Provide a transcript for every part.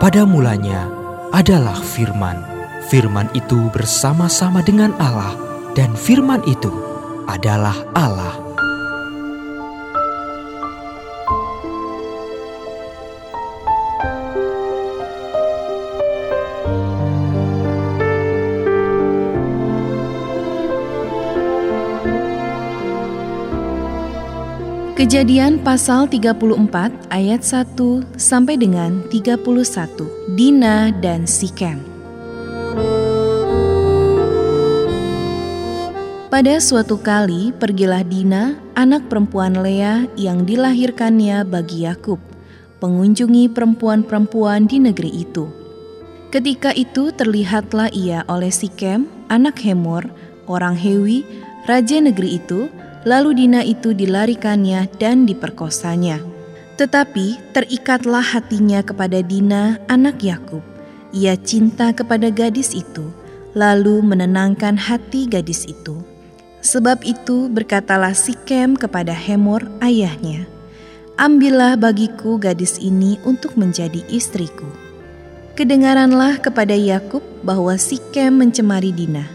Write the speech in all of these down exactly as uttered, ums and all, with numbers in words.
Pada mulanya adalah Firman. Firman itu bersama-sama dengan Allah, dan Firman itu adalah Allah. Kejadian pasal tiga puluh empat ayat satu sampai dengan tiga puluh satu. Dina dan Sikem. Pada suatu kali pergilah Dina, anak perempuan Lea yang dilahirkannya bagi Yakub, mengunjungi perempuan-perempuan di negeri itu. Ketika itu terlihatlah ia oleh Sikem, anak Hemor, orang Hewi, raja negeri itu. Lalu Dina itu dilarikannya dan diperkosanya. Tetapi terikatlah hatinya kepada Dina, anak Yakub. Ia cinta kepada gadis itu, lalu menenangkan hati gadis itu. Sebab itu berkatalah Sikem kepada Hemor ayahnya, "Ambillah bagiku gadis ini untuk menjadi istriku." Kedengaranlah kepada Yakub bahwa Sikem mencemari Dina.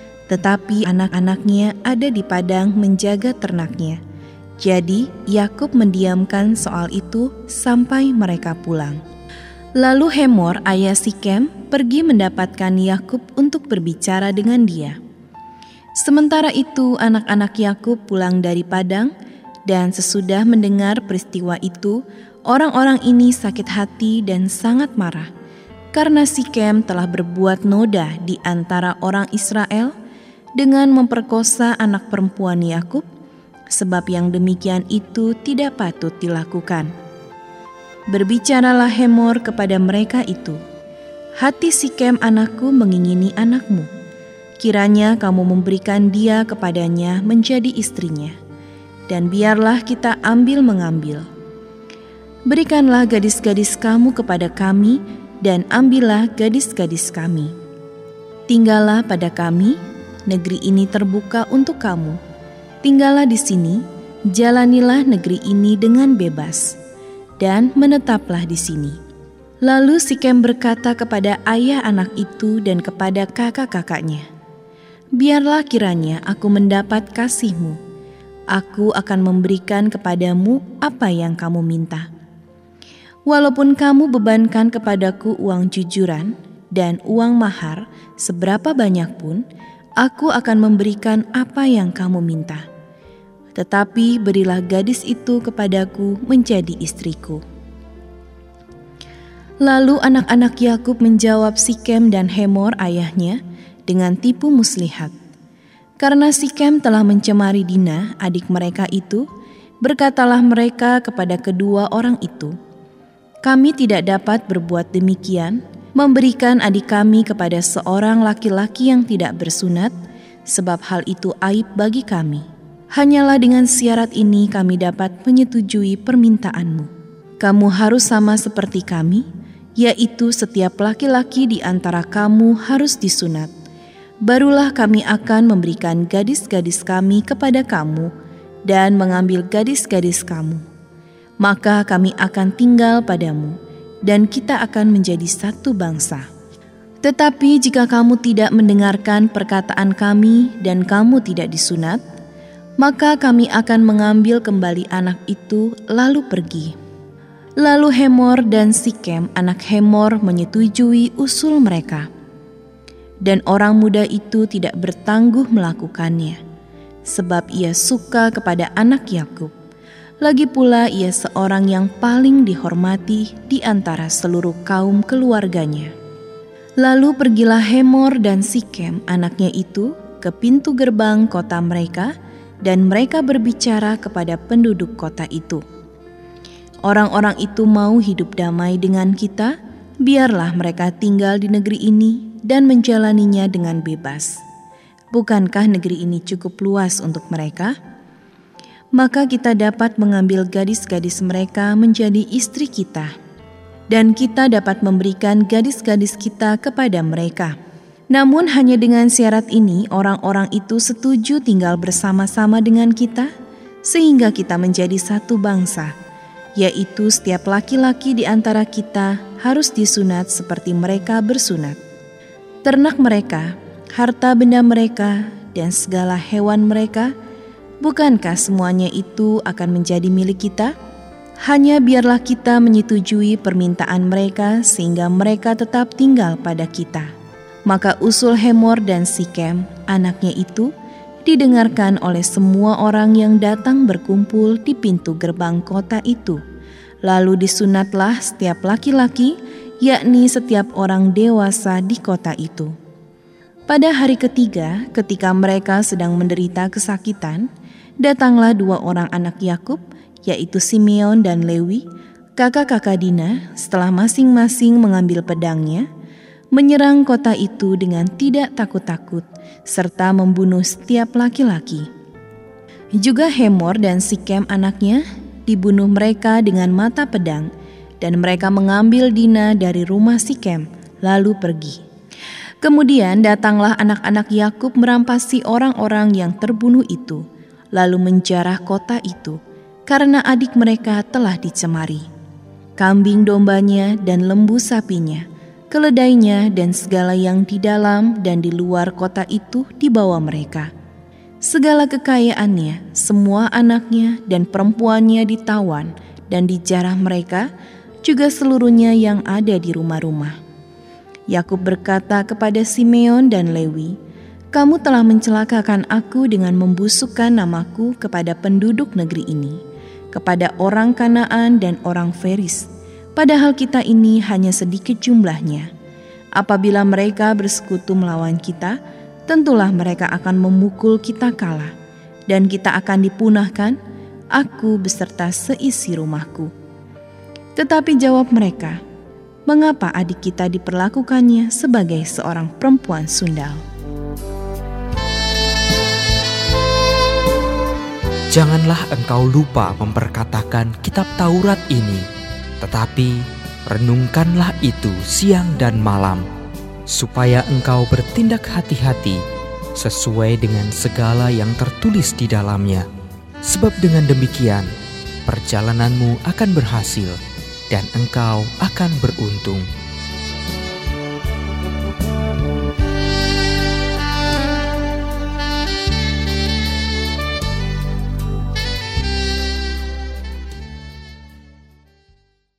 Tetapi anak-anaknya ada di padang menjaga ternaknya. Jadi Yakub mendiamkan soal itu sampai mereka pulang. Lalu Hemor ayah Sikem pergi mendapatkan Yakub untuk berbicara dengan dia. Sementara itu anak-anak Yakub pulang dari padang, dan sesudah mendengar peristiwa itu, orang-orang ini sakit hati dan sangat marah, karena Sikem telah berbuat noda di antara orang Israel dengan memperkosa anak perempuan Yakub, sebab yang demikian itu tidak patut dilakukan. Berbicaralah Hemor kepada mereka itu, "Hati Sikem anakku mengingini anakmu. Kiranya kamu memberikan dia kepadanya menjadi istrinya, dan biarlah kita ambil mengambil. Berikanlah gadis-gadis kamu kepada kami, dan ambillah gadis-gadis kami. Tinggallah pada kami, negeri ini terbuka untuk kamu. Tinggallah di sini, jalanilah negeri ini dengan bebas, dan menetaplah di sini." Lalu Sikem berkata kepada ayah anak itu dan kepada kakak-kakaknya, "Biarlah kiranya aku mendapat kasihmu. Aku akan memberikan kepadamu apa yang kamu minta. Walaupun kamu bebankan kepadaku uang jujuran dan uang mahar seberapa banyak pun, aku akan memberikan apa yang kamu minta. Tetapi berilah gadis itu kepadaku menjadi istriku." Lalu anak-anak Yakub menjawab Sikem dan Hemor ayahnya dengan tipu muslihat. Karena Sikem telah mencemari Dina, adik mereka itu, berkatalah mereka kepada kedua orang itu, "Kami tidak dapat berbuat demikian, memberikan adik kami kepada seorang laki-laki yang tidak bersunat, sebab hal itu aib bagi kami. Hanyalah dengan syarat ini kami dapat menyetujui permintaanmu. Kamu harus sama seperti kami, yaitu setiap laki-laki di antara kamu harus disunat. Barulah kami akan memberikan gadis-gadis kami kepada kamu dan mengambil gadis-gadis kamu. Maka kami akan tinggal padamu, dan kita akan menjadi satu bangsa. Tetapi jika kamu tidak mendengarkan perkataan kami dan kamu tidak disunat, maka kami akan mengambil kembali anak itu lalu pergi." Lalu Hemor dan Sikem anak Hemor menyetujui usul mereka. Dan orang muda itu tidak bertangguh melakukannya, sebab ia suka kepada anak Yakub. Lagi pula ia seorang yang paling dihormati di antara seluruh kaum keluarganya. Lalu pergilah Hemor dan Sikem anaknya itu ke pintu gerbang kota mereka, dan mereka berbicara kepada penduduk kota itu, "Orang-orang itu mau hidup damai dengan kita, biarlah mereka tinggal di negeri ini dan menjalaninya dengan bebas. Bukankah negeri ini cukup luas untuk mereka? Maka kita dapat mengambil gadis-gadis mereka menjadi istri kita, dan kita dapat memberikan gadis-gadis kita kepada mereka. Namun hanya dengan syarat ini orang-orang itu setuju tinggal bersama-sama dengan kita, sehingga kita menjadi satu bangsa, yaitu setiap laki-laki di antara kita harus disunat seperti mereka bersunat. Ternak mereka, harta benda mereka, dan segala hewan mereka, bukankah semuanya itu akan menjadi milik kita? Hanya biarlah kita menyetujui permintaan mereka sehingga mereka tetap tinggal pada kita. Maka usul Hemor dan Sikem, anaknya itu, didengarkan oleh semua orang yang datang berkumpul di pintu gerbang kota itu. Lalu disunatlah setiap laki-laki, yakni setiap orang dewasa di kota itu. Pada hari ketiga, ketika mereka sedang menderita kesakitan, datanglah dua orang anak Yakub, yaitu Simeon dan Lewi, kakak-kakak Dina, setelah masing-masing mengambil pedangnya, menyerang kota itu dengan tidak takut-takut, serta membunuh setiap laki-laki. Juga Hemor dan Sikem anaknya, dibunuh mereka dengan mata pedang, dan mereka mengambil Dina dari rumah Sikem, lalu pergi. Kemudian datanglah anak-anak Yakub merampasi orang-orang yang terbunuh itu, lalu menjarah kota itu, karena adik mereka telah dicemari. Kambing dombanya dan lembu sapinya, keledainya dan segala yang di dalam dan di luar kota itu dibawa mereka. Segala kekayaannya, semua anaknya dan perempuannya ditawan dan dijarah mereka, juga seluruhnya yang ada di rumah-rumah. Yakub berkata kepada Simeon dan Lewi, "Kamu telah mencelakakan aku dengan membusukkan namaku kepada penduduk negeri ini, kepada orang Kanaan dan orang Feris, padahal kita ini hanya sedikit jumlahnya. Apabila mereka bersekutu melawan kita, tentulah mereka akan memukul kita kalah, dan kita akan dipunahkan, aku beserta seisi rumahku." Tetapi jawab mereka, "Mengapa adik kita diperlakukannya sebagai seorang perempuan sundal?" Janganlah engkau lupa memperkatakan kitab Taurat ini, tetapi renungkanlah itu siang dan malam, supaya engkau bertindak hati-hati sesuai dengan segala yang tertulis di dalamnya. Sebab dengan demikian, perjalananmu akan berhasil dan engkau akan beruntung.